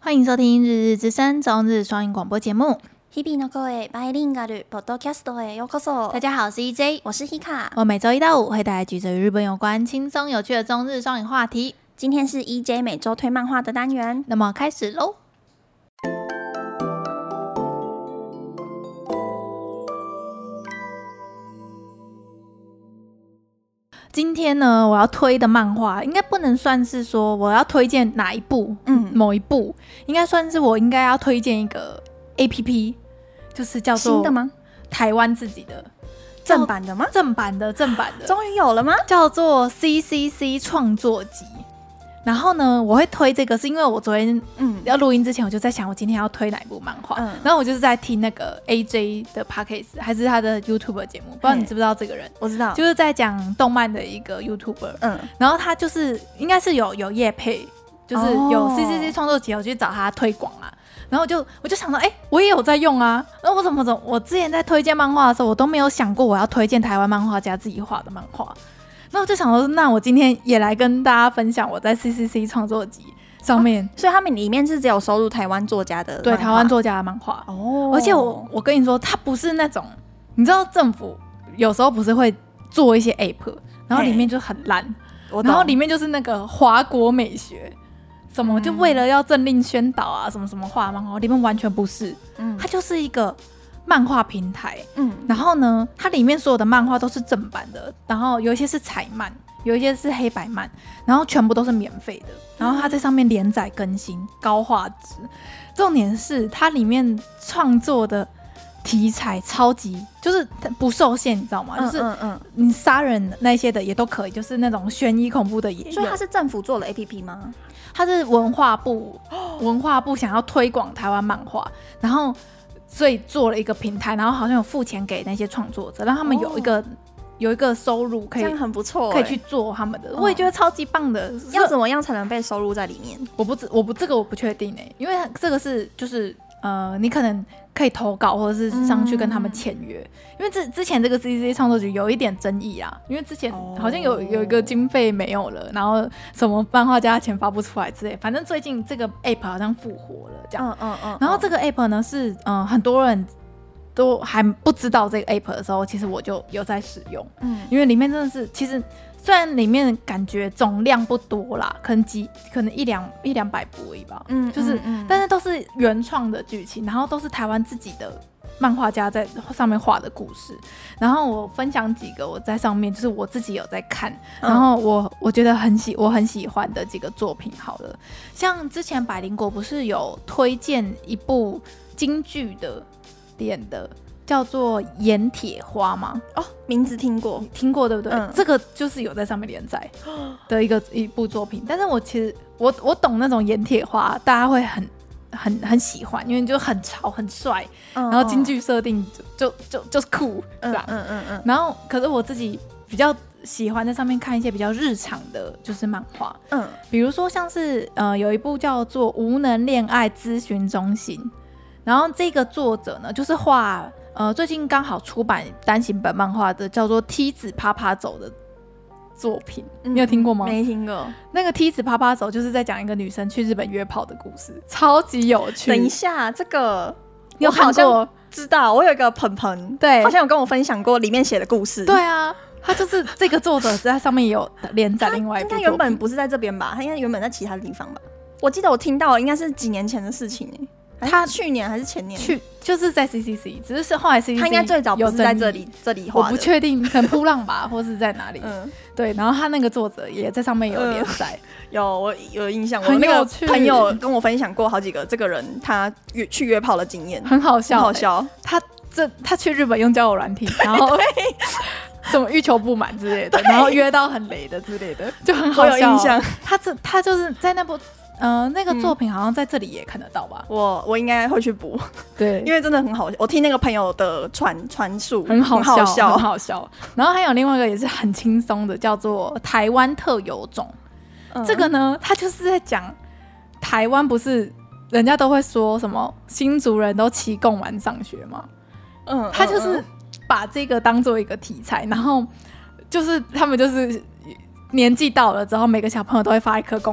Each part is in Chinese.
欢迎收听《日日之声》中日双语广播节目。 日々の声バイリンガルポッドキャストへようこそ。 大家好，我是 EJ， 我是 Hika。 我每周一到五会带来几则与日本有关、轻松有趣的中日双语话题。 今天是 EJ 每周推漫画的单元， 那么开始喽。今天呢，我要推的漫画应该不能算是说我要推荐哪一部，某一部，应该算是我应该要推荐一个 APP， 就是叫做新的吗？ 台湾自己的正版的吗？ 正版的， 终于有了吗？ 叫做 CCC 创作集。然后呢，我会推这个是因为我昨天要录音之前，我就在想我今天要推哪一部漫画，然后我就是在听那个 AJ 的 Podcast 还是他的 YouTube 节目，不知道你知不知道这个人？ 我知道， 就是在讲动漫的一个 YouTuber，然后他就是应该是有业配，就是有 CCC 创作集，我去找他推广啊。然后我就想说，我也有在用啊。那我怎么我之前在推荐漫画的时候，我都没有想过我要推荐台湾漫画家自己画的漫画。那我就想说，那我今天也来跟大家分享我在 CCC 创作集上面， 所以他们里面是只有收录台湾作家的漫画， 对，台湾作家的漫画。而且我跟你说，它不是那种，你知道政府有时候不是会做一些 app， 然后里面就很烂，然后里面就是那个华国美学。什么就为了要政令宣导啊，什么什么画漫画，里面完全不是，它就是一个漫画平台，然后呢，它里面所有的漫画都是正版的，然后有一些是彩漫，有一些是黑白漫，然后全部都是免费的，然后它在上面连载更新，高画质，重点是它里面创作的题材超级就是不受限，你知道吗？就是你杀人那些的也都可以，就是那种悬疑恐怖的也有。 所以它是政府做的 APP 吗？ 它是文化部想要推广台湾漫画，然后所以做了一个平台，然后好像有付钱给那些创作者，让他们有一个收入可以， 这样很不错， 可以去做他们的，我也觉得超级棒的。 要怎么样才能被收录在里面？ 这个我不确定因为这个是就是你可能可以投稿或者是上去跟他们签约，因为之前这个 CCC 创作局有一点争议啊，因为之前好像有一个经费没有了，然后什么漫画家钱发不出来之类，反正最近这个 app 好像复活了这样，然后这个 app 呢是很多人都还不知道这个 app 的时候，其实我就有在使用，因为里面真的是其实。虽然里面感觉总量不多啦，可能一两百部而已吧，但是都是原创的剧情，然后都是台湾自己的漫画家在上面画的故事。然后我分享几个我在上面，就是我自己有在看，然后我觉得我很喜欢的几个作品。好了，像之前百灵果不是有推荐一部京剧的演的。叫做《盐铁花》吗？ 名字听过对不对？这个就是有在上面连载的一部作品。但是我其实我懂那种盐铁花，大家会很喜欢，因为就很潮很帅，然后京剧设定就是酷，对吧？然后可是我自己比较喜欢在上面看一些比较日常的，就是漫画，比如说像是有一部叫做《无能恋爱咨询中心》，然后这个作者呢就是画。最近刚好出版单行本漫画的叫做《梯子啪啪走》的作品，你有听过吗？ 没听过。 那个梯子啪啪走就是在讲一个女生去日本约炮的故事，超级有趣。 等一下，这个你有看过？ 我好像知道，我有一个朋对，好像有跟我分享过里面写的故事。 对啊，他就是这个作者在上面也有连载另外一部作品。 他应该原本不是在这边吧？他应该原本在其他地方吧？我记得我听到应该是几年前的事情他去年还是前年就是在 CCC， 只是后来 CCC 他应该最早不是在这里画的， 我不确定，可能扑浪吧，或是在哪里。对，然后他那个作者也在上面有连载， 我有印象， 很有趣。 我那个朋友跟我分享过好几个这个人他去约炮的经验， 很好笑， 很好笑。 他去日本用交友软体，然后什么欲求不满之类的，然后约到很雷的之类的，就很好笑。 我有印象， 他就是在那部。那个作品好像在这里也看得到吧？ 我应该会去补， 对， 因为真的很好笑。我听那个朋友的传述， 很好笑。然后还有另外一个也是很轻松的，叫做《台湾特有种》。这个呢，它就是在讲台湾，不是人家都会说什么新竹人都骑贡丸上学吗？他就是把这个当做一个题材，然后就是他们就是年纪到了之后，每个小朋友都会发一颗贡丸。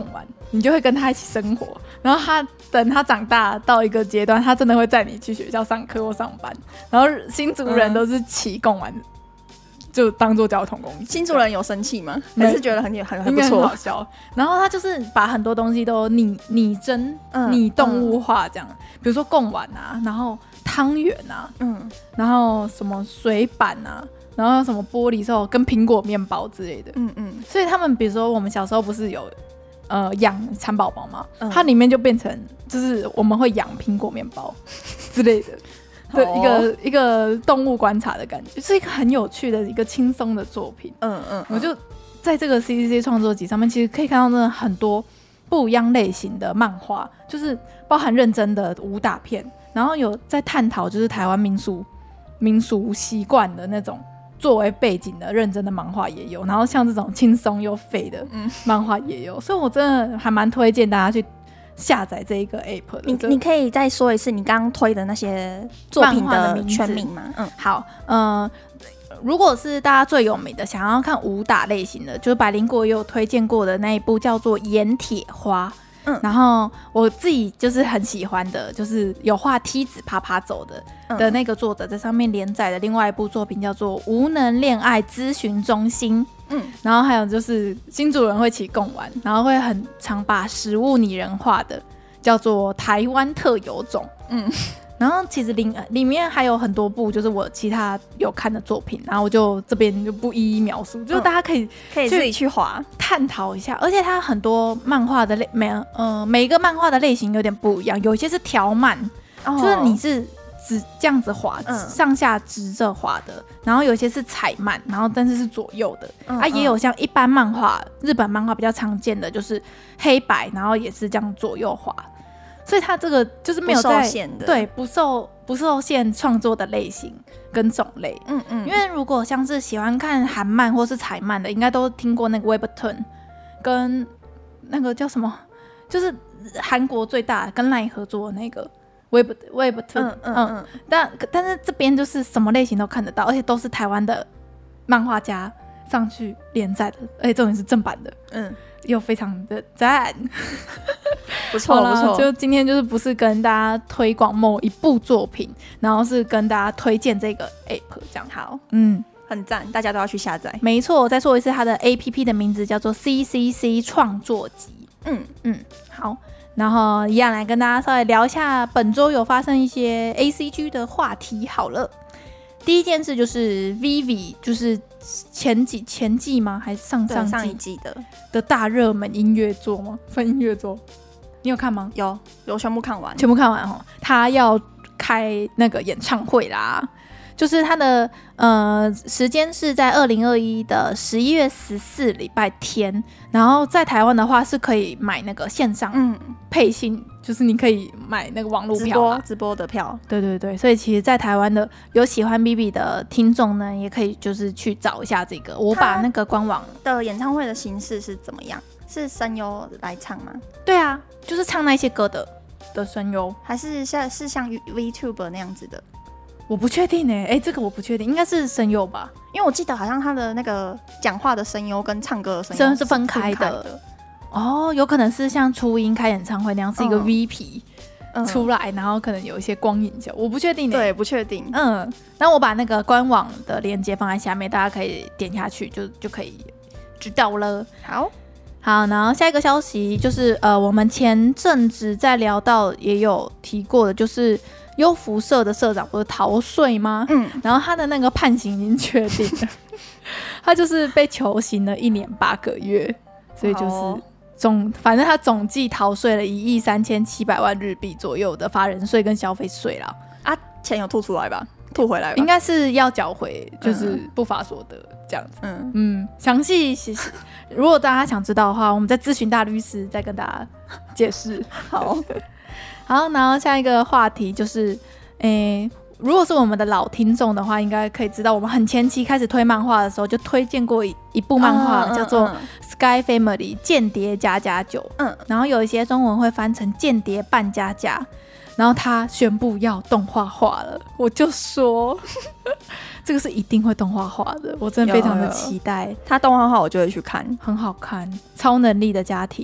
你就会跟他一起生活，然后等他长大到一个阶段，他真的会载你去学校上课或上班，然后新竹人都是骑贡丸就当做交通工具。 新竹人有生气吗？还是觉得很不错， 很好笑。然后他就是把很多东西都拟真、拟动物化这样，比如说贡丸啊，然后汤圆啊，然后什么水板啊，然后什么玻璃兽跟苹果面包之类的，所以他们比如说我们小时候不是有养蚕宝宝嘛，它里面就变成就是我们会养苹果面包之类的。的一个动物观察的感觉，是一个很有趣的一个轻松的作品。我就在这个 CCC 创作集上面，其实可以看到真的很多不一样类型的漫画，就是包含认真的武打片，然后有在探讨就是台湾民俗习惯的那种作为背景的认真的漫画也有，然后像这种轻松又废的漫画也有，所以我真的还蛮推荐大家去下载这一个 app 的。 你可以再说一次你刚刚推的那些作品的全名吗？ 好，如果是大家最有名的想要看武打类型的，就是百灵果也有推荐过的那一部叫做《盐铁花》。然后我自己就是很喜欢的，就是有画梯子爬爬走的那个作者在上面连载的另外一部作品叫做《无能恋爱咨询中心》。然后还有就是新竹人会骑贡丸，然后会很常把食物拟人化的叫做台湾特有种。然后其实里面还有很多部就是我其他有看的作品，然后我就这边就不一一描述，就是大家可以自己去滑探讨一下。而且它很多漫画的每一个漫画的类型有点不一样，有些是条漫，就是你是只这样子滑，上下直着滑的，然后有些是彩漫，然后但是是左右的，也有像一般漫画日本漫画比较常见的就是黑白，然后也是这样左右滑。所以它这个就是没有在对不受限创作的类型跟种类。因为如果像是喜欢看韩漫或是彩漫的，应该都听过那个 Webtoon 跟那个叫什么，就是韩国最大跟 LINE 合作的那个 Webtoon。但是这边就是什么类型都看得到，而且都是台湾的漫画家上去连载的，而且重点是正版的。又非常的赞， 不错不错。 就今天就是不是跟大家推广某一部作品，然后是跟大家推荐这个 app 这样。 好，很赞，大家都要去下载。 没错，我再说一次，它的 app 的名字叫做 CCC 创作集。好，然后一样来跟大家稍微聊一下本周有发生一些 ACG 的话题好了。第一件事就是 Vivi， 就是前季吗？还是上一季的大热门音乐作吗？分音乐作，你有看吗？ 有全部看完哦。他要开那个演唱会啦，就是他的时间是在2021的11月14礼拜天，然后在台湾的话是可以买那个线上配信，就是你可以买那个网络票直播的票。 对，所以其实在台湾的有喜欢 Vivi 的听众呢，也可以就是去找一下这个。我把那个官网的演唱会的形式是怎么样？是声优来唱吗？ 对啊，就是唱那些歌的声优， 还是像 VTuber 那样子的？ 我不确定这个我不确定，应该是声优吧， 因为我记得好像他的那个讲话的声优跟唱歌的声优是分开的。有可能是像初音开演唱会那样，是一个 VP 出来，然后可能有一些光影效，我不确定。 对，不确定。 那我把那个官网的链接放在下面，大家可以点下去就可以知道了。好，然后下一个消息就是我们前阵子在聊到也有提过的，就是优辐社的社长不是逃税吗？然后他的那个判刑已经确定了，他就是被求刑了1年8个月，所以就是反正他总计逃税了1.37亿日币左右的法人税跟消费税啦。 钱有吐出来吧？吐回来吧？ 应该是要缴回，就是不法所得这样子。详细如果大家想知道的话，我们再咨询大律师再跟大家解释。好，然后下一个话题就是，如果是我们的老听众的话，应该可以知道，我们很前期开始推漫画的时候，就推荐过一部漫画，叫做《Sky Family 间谍加加九》。然后有一些中文会翻成间谍扮家家。然后他宣布要动画化了，我就说这个是一定会动画化的，我真的非常的期待。 他动画化我就会去看， 很好看，超能力的家庭，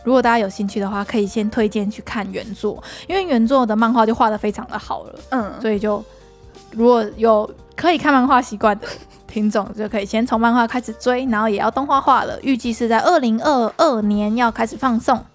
如果大家有兴趣的话，可以先推荐去看原作，因为原作的漫画就画得非常的好了。所以就如果有可以看漫画习惯的听众，就可以先从漫画开始追，然后也要动画化了，预计是在2022年要开始放送。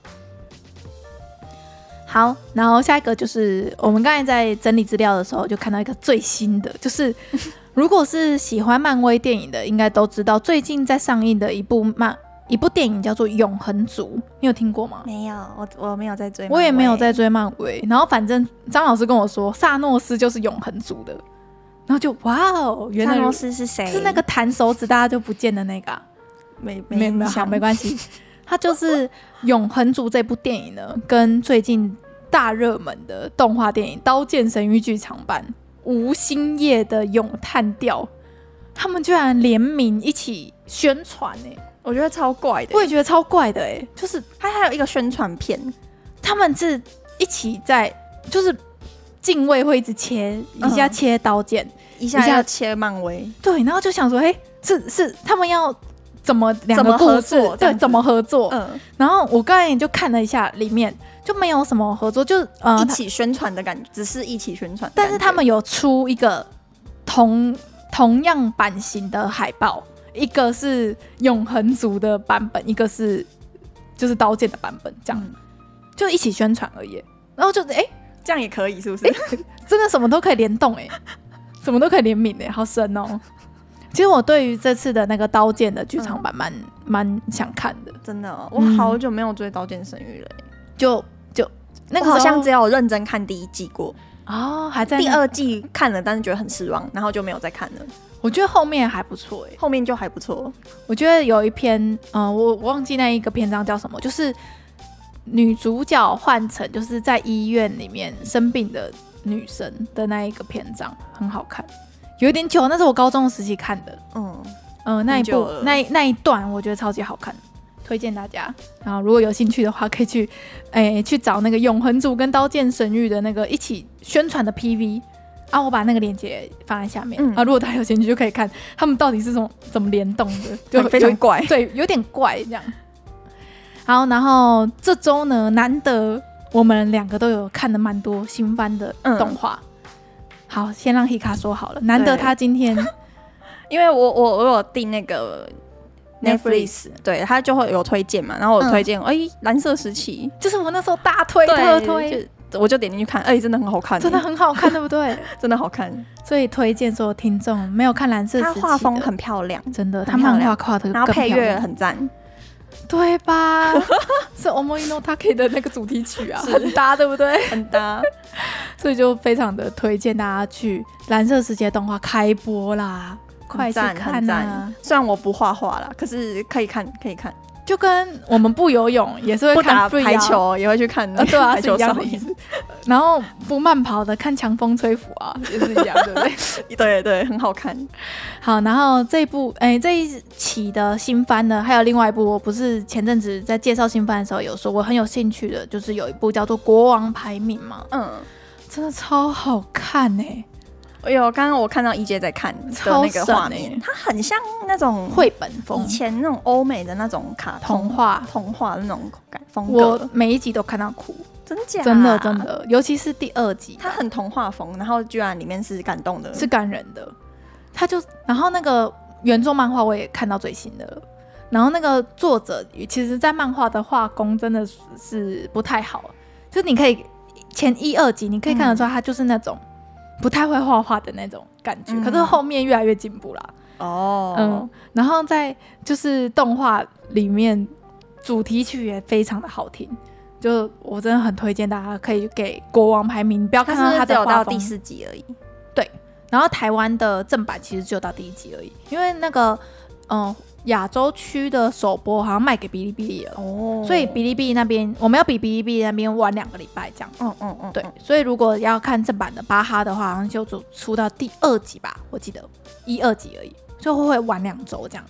好，然后下一个就是我们刚才在整理资料的时候就看到一个最新的，就是如果是喜欢漫威电影的应该都知道最近在上映的一部电影叫做永恒族，你有听过吗？ 没有，我没有在追漫威， 我也没有在追漫威，然后反正张老师跟我说萨诺斯就是永恒族的，然后就哇哦，原来萨诺斯是谁？ 是那个弹手指大家就不见的那个没好，没关系。它就是永恒族这部电影呢，跟最近大热门的动画电影《刀剑神域》剧场版无心叶的咏叹调，他们居然联名一起宣传我觉得超怪的。 我也觉得超怪的就是它还有一个宣传片， 他们是一起在就是镜位会一直切，一下切刀剑， 一下要切漫威， 对，然后就想说是他们要怎么两个故事对怎么合作？然后我刚才就看了一下，里面就没有什么合作，就一起宣传的感觉，只是一起宣传。 但是他们有出一个同样版型的海报，一个是永恒族的版本，一个是就是刀剑的版本，这样就一起宣传而已。然后就这样也可以，是不是？ 真的什么都可以联动什么都可以联名好深哦。其实我对于这次的那个刀剑的剧场版蛮想看的， 真的我好久没有追刀剑神域了就那个我好像只有认真看第一季过还在第二季看了，但是觉得很失望，然后就没有再看了。 我觉得后面还不错后面就还不错。 我觉得有一篇我忘记那一个篇章叫什么，就是女主角换成就是在医院里面生病的女生的那一个篇章，很好看。有点久，那是我高中时期看的。那一部那一段我觉得超级好看，推荐大家。然后如果有兴趣的话，可以去找那个永恒族跟刀剑神域的那个一起宣传的 PV 我把那个链接放在下面如果大家有兴趣就可以看他们到底是怎么联动的，就非常怪， 对，有点怪这样。好，然后这周呢，难得我们两个都有看的蛮多新番的动画。好，先让 Hika 说好了。难得他今天， 因为我有订那个 Netflix， 对，他就会有推荐嘛，然后我推荐，蓝色时期， 就是我那时候大推特推， 我就点进去看，真的很好看， 真的很好看，对不对？ 真的好看， 所以推荐所有听众没有看蓝色时期的， 他画风很漂亮， 真的，他漫画画的， 然后配乐很赞。 对吧？是 Omoi no Take 的那个主题曲啊，很搭，对不对？ 很搭， 所以就非常的推荐大家去蓝色时期的动画开播啦，快去看啊！ 虽然我不画画啦，可是可以看， 就跟我们不游泳也是会看 free 排球也会去看对啊，是一样的意思。然后不慢跑的看强风吹拂也是一样，对不对？ 对对，很好看。 好，然后这一期的新番呢，还有另外一部，我不是前阵子在介绍新番的时候有说我很有兴趣的，就是有一部叫做《国王排名》嘛，真的超好看刚刚我看到EJ在看的那个画面，它很像那种绘本风， 以前那种欧美的那种卡通童话的那种风格。 我每一集都看到哭， 真假？ 真的，尤其是第2集， 它很童话风，然后居然里面是感动的， 是感人的。然后那个原作漫画我也看到最新的了，然后那个作者其实在漫画的画工真的是不太好，就你可以前1、2集你可以看得出来他就是那种不太会画画的那种感觉，可是后面越来越进步啦。然后在就是动画里面主题曲也非常的好听，就我真的很推荐大家可以给国王排名，不要看到他的画风， 只有到第4集而已。 对，然后台湾的正版其实只有到第1集而已，因为那个亚洲区的首播好像卖给哔哩哔哩了，所以哔哩哔哩那边我们要比哔哩哔哩那边晚2个礼拜这样。对，所以如果要看正版的巴哈的话，好像就出到第2集吧，我记得1、2集而已，所以会晚2周这样。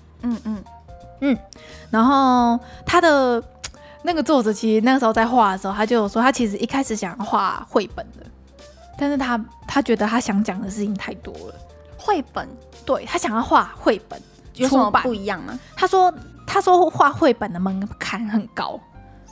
然后他的那个作者其实那个时候在画的时候，他就有说他其实一开始想要画绘本的，但是他觉得他想讲的事情太多了。 绘本， 对，他想要画绘本。 有什么不一样吗？ 他说画绘本的门槛很高，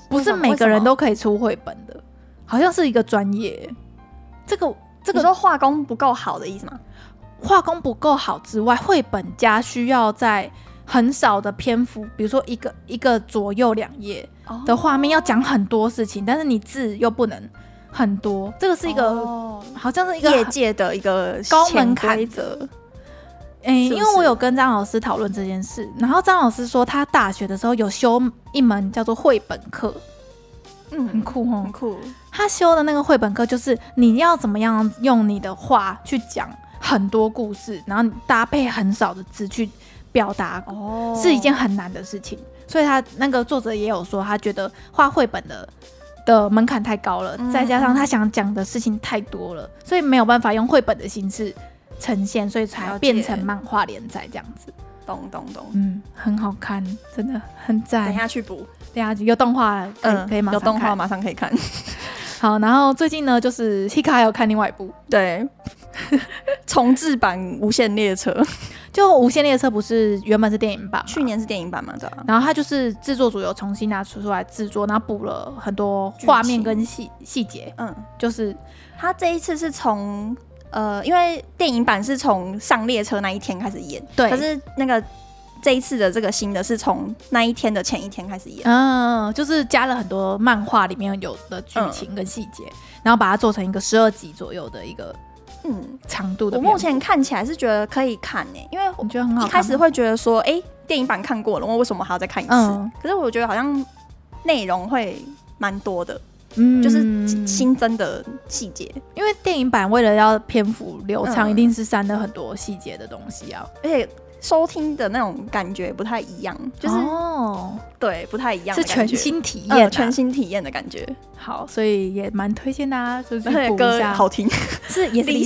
不是每个人都可以出绘本的，好像是一个专业。这个你说画工不够好的意思吗？ 画工不够好之外，绘本家需要在很少的篇幅，比如说一个左右2页的画面要讲很多事情，但是你字又不能很多，这个是一个、好像是一个业界的一个高门槛则。因为我有跟张老师讨论这件事，然后张老师说他大学的时候有修一门叫做绘本课，很酷哦， 很酷。 他修的那个绘本课就是你要怎么样用你的话去讲很多故事，然后你搭配很少的字去表达，是一件很难的事情。所以他那个作者也有说，他觉得画绘本的门槛太高了，再加上他想讲的事情太多了，所以没有办法用绘本的形式呈现，所以才变成漫画连载这样子。 懂， 很好看，真的很赞。 等一下去补， 等一下有动画了，可以马上看。 有动画马上可以看。 好，然后最近呢，就是 Hika 还有看另外一部， 对，重制版《无限列车》。 就《无限列车》不是原本是电影版， 去年是电影版嘛，对吧？ 然后它就是制作组有重新拿出来制作，然后补了很多画面跟细节。就是它这一次是从因为电影版是从上列车那一天开始演， 对， 可是那个这一次的这个新的是从那一天的前一天开始演， 就是加了很多漫画里面有的剧情跟细节，然后把它做成一个12集左右的一个长度的。 我目前看起来是觉得可以看因为我觉得很好看。 一开始会觉得说，电影版看过了，我为什么还要再看一次？可是我觉得好像内容会蛮多的。就是新增的细节， 因为电影版为了要篇幅流畅，一定是删了很多细节的东西啊， 而且收听的那种感觉不太一样，就是对，不太一样的感觉， 是全新体验， 全新体验的感觉。 好，所以也蛮推荐大家就是补一下，好听， 也是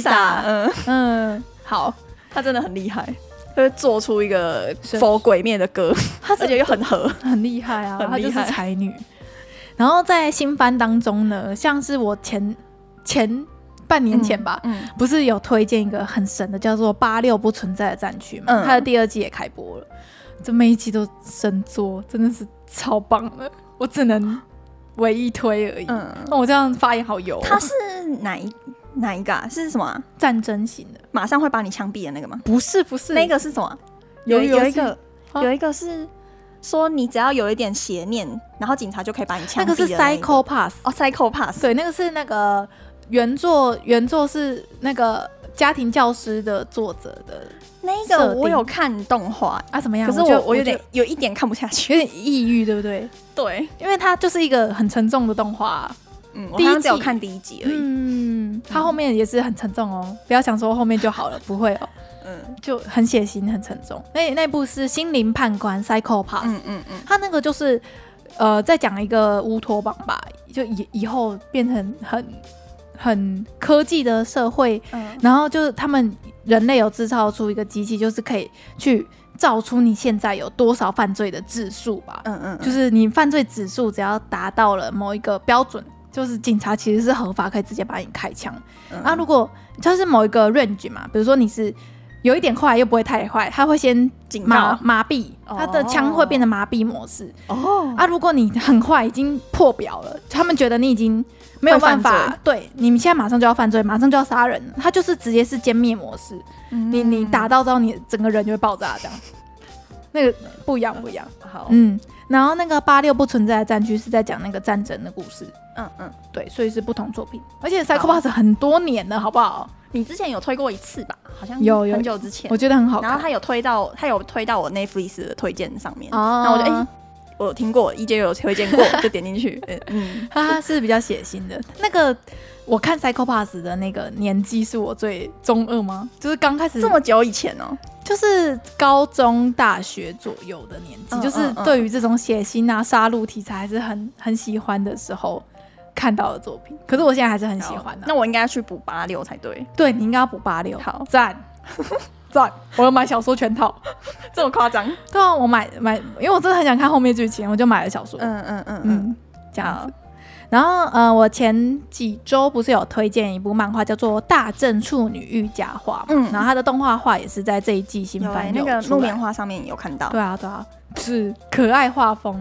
Lisa， 好， 她真的很厉害，会做出一个否鬼灭的歌，而且又很合， 很厉害啊，她就是才女。然后在新番当中呢，像是我前半年前吧，不是有推荐一个很神的叫做86不存在的战区嘛，它的第2季也开播了，这每一集都神作，真的是超棒的，我只能唯一推而已。我这样发言好油。 它是哪一个啊？是什么啊？ 战争型的， 马上会把你枪毙的那个吗？ 不是， 那个是什么？有一个是说你只要有一点邪念，然后警察就可以把你枪毙的那个是 Psycho-Pass Psycho-Pass， 对，那个是那个原作是那个家庭教师的作者的那个，我有看动画啊，怎么样？ 可是我有一点看不下去， 有点抑郁，对不对？ 对， 因为它就是一个很沉重的动画。 我好像只有看第1集而已。 它后面也是很沉重哦，不要想说后面就好了，不会哦。就很血腥很沉重。那部是心灵判官 Psycho-Pass， 他那个就是在讲一个乌托邦吧，就以后变成很科技的社会，然后就是他们人类有制造出一个机器，就是可以去造出你现在有多少犯罪的指数吧。就是你犯罪指数只要达到了某一个标准，就是警察其实是合法可以直接把你开枪。如果就是某一个 range 嘛，比如说你是有一点坏又不会太坏，他会先麻痹，他的枪会变成麻痹模式。如果你很坏，已经破表了，他们觉得你已经没有办法，对，你们现在马上就要犯罪，马上就要杀人，他就是直接是歼灭模式。你打到之后，你整个人就会爆炸，这样。那个不一样。 好， 然后那个86不存在的战区是在讲那个战争的故事。对，所以是不同作品，而且 Psycho-Pass 很多年了，好不好？ 你之前有推过一次吧？好像有很久之前， 我觉得很好看。 然后他有推到我 Netflix 的推荐上面，然后我就我有听过，EJ 有推荐过，就点进去。 它是比较血腥的。那个我看 Psycho-Pass 的那个年纪是我最中二吗？就是刚开始这么久以前哦， 就是高中大学左右的年纪，就是对于这种血腥啊杀戮题材还是很喜欢的时候看到的作品。可是我现在还是很喜欢的。 那我应该去补86才对。 对，你应该要补86。 好， 赞。我要买小说全套。 这么夸张？ 对啊，我买，因为我真的很想看后面剧情，我就买了小说。这样子。然后我前几周不是有推荐一部漫画叫做《大正处女御家话》然后它的动画化也是在这一季新番那个木棉花上面有看到。 对啊，是可爱画风，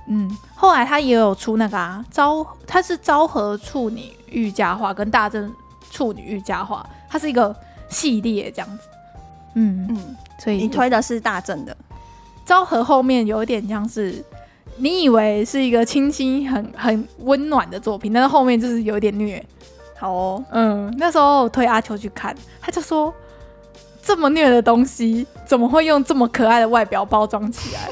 后来他也有出那个他是昭和处女御家话跟大正处女御家话，它是一个系列这样子。所以你推的是大正的， 昭和后面有一点像是你以为是一个清新很温暖的作品，但是后面就是有点虐。 好哦， 那时候我推阿秋去看，他就说这么虐的东西怎么会用这么可爱的外表包装起来？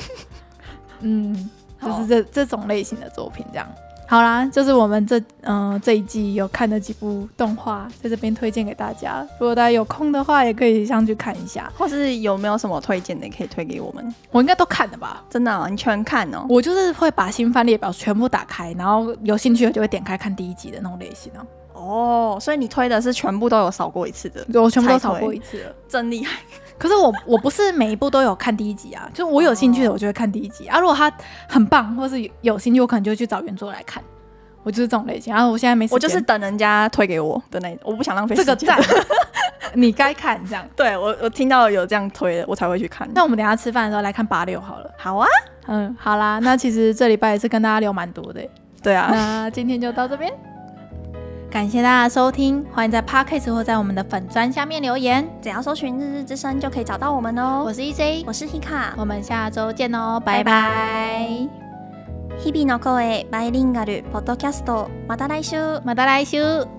就是这种类型的作品这样。好啦，就是我们这一季有看的几部动画，在这边推荐给大家。如果大家有空的话，也可以上去看一下， 或是有没有什么推荐的，也可以推给我们。 我应该都看了吧？ 真的哦，你全看哦？ 我就是会把新番列表全部打开，然后有兴趣的就会点开看第一集的那种类型哦，所以你推的是全部都有扫过一次的？ 我全部都扫过一次了， 真厉害。 可是我不是每一部都有看第一集啊，就我有兴趣的我就会看第一集啊。如果他很棒或是有兴趣，我可能就会去找原作来看。我就是这种类型，然后我现在没时间， 我就是等人家推给我的那种，我不想浪费时间。 这个赞，你该看这样。 对，我听到有这样推的，我才会去看。 那我们等一下吃饭的时候来看86好了。 好啊， 好啦，那其实这礼拜也是跟大家聊蛮多的。 对啊， 那今天就到这边，感谢大家的收听，欢迎在 Podcast 或在我们的粉专下面留言， 只要搜寻日日之声就可以找到我们哦。 我是 EJ， 我是 Hika， 我们下周见哦，拜拜。 日々の声バイリンガルポッドキャスト、また来週。 また来週。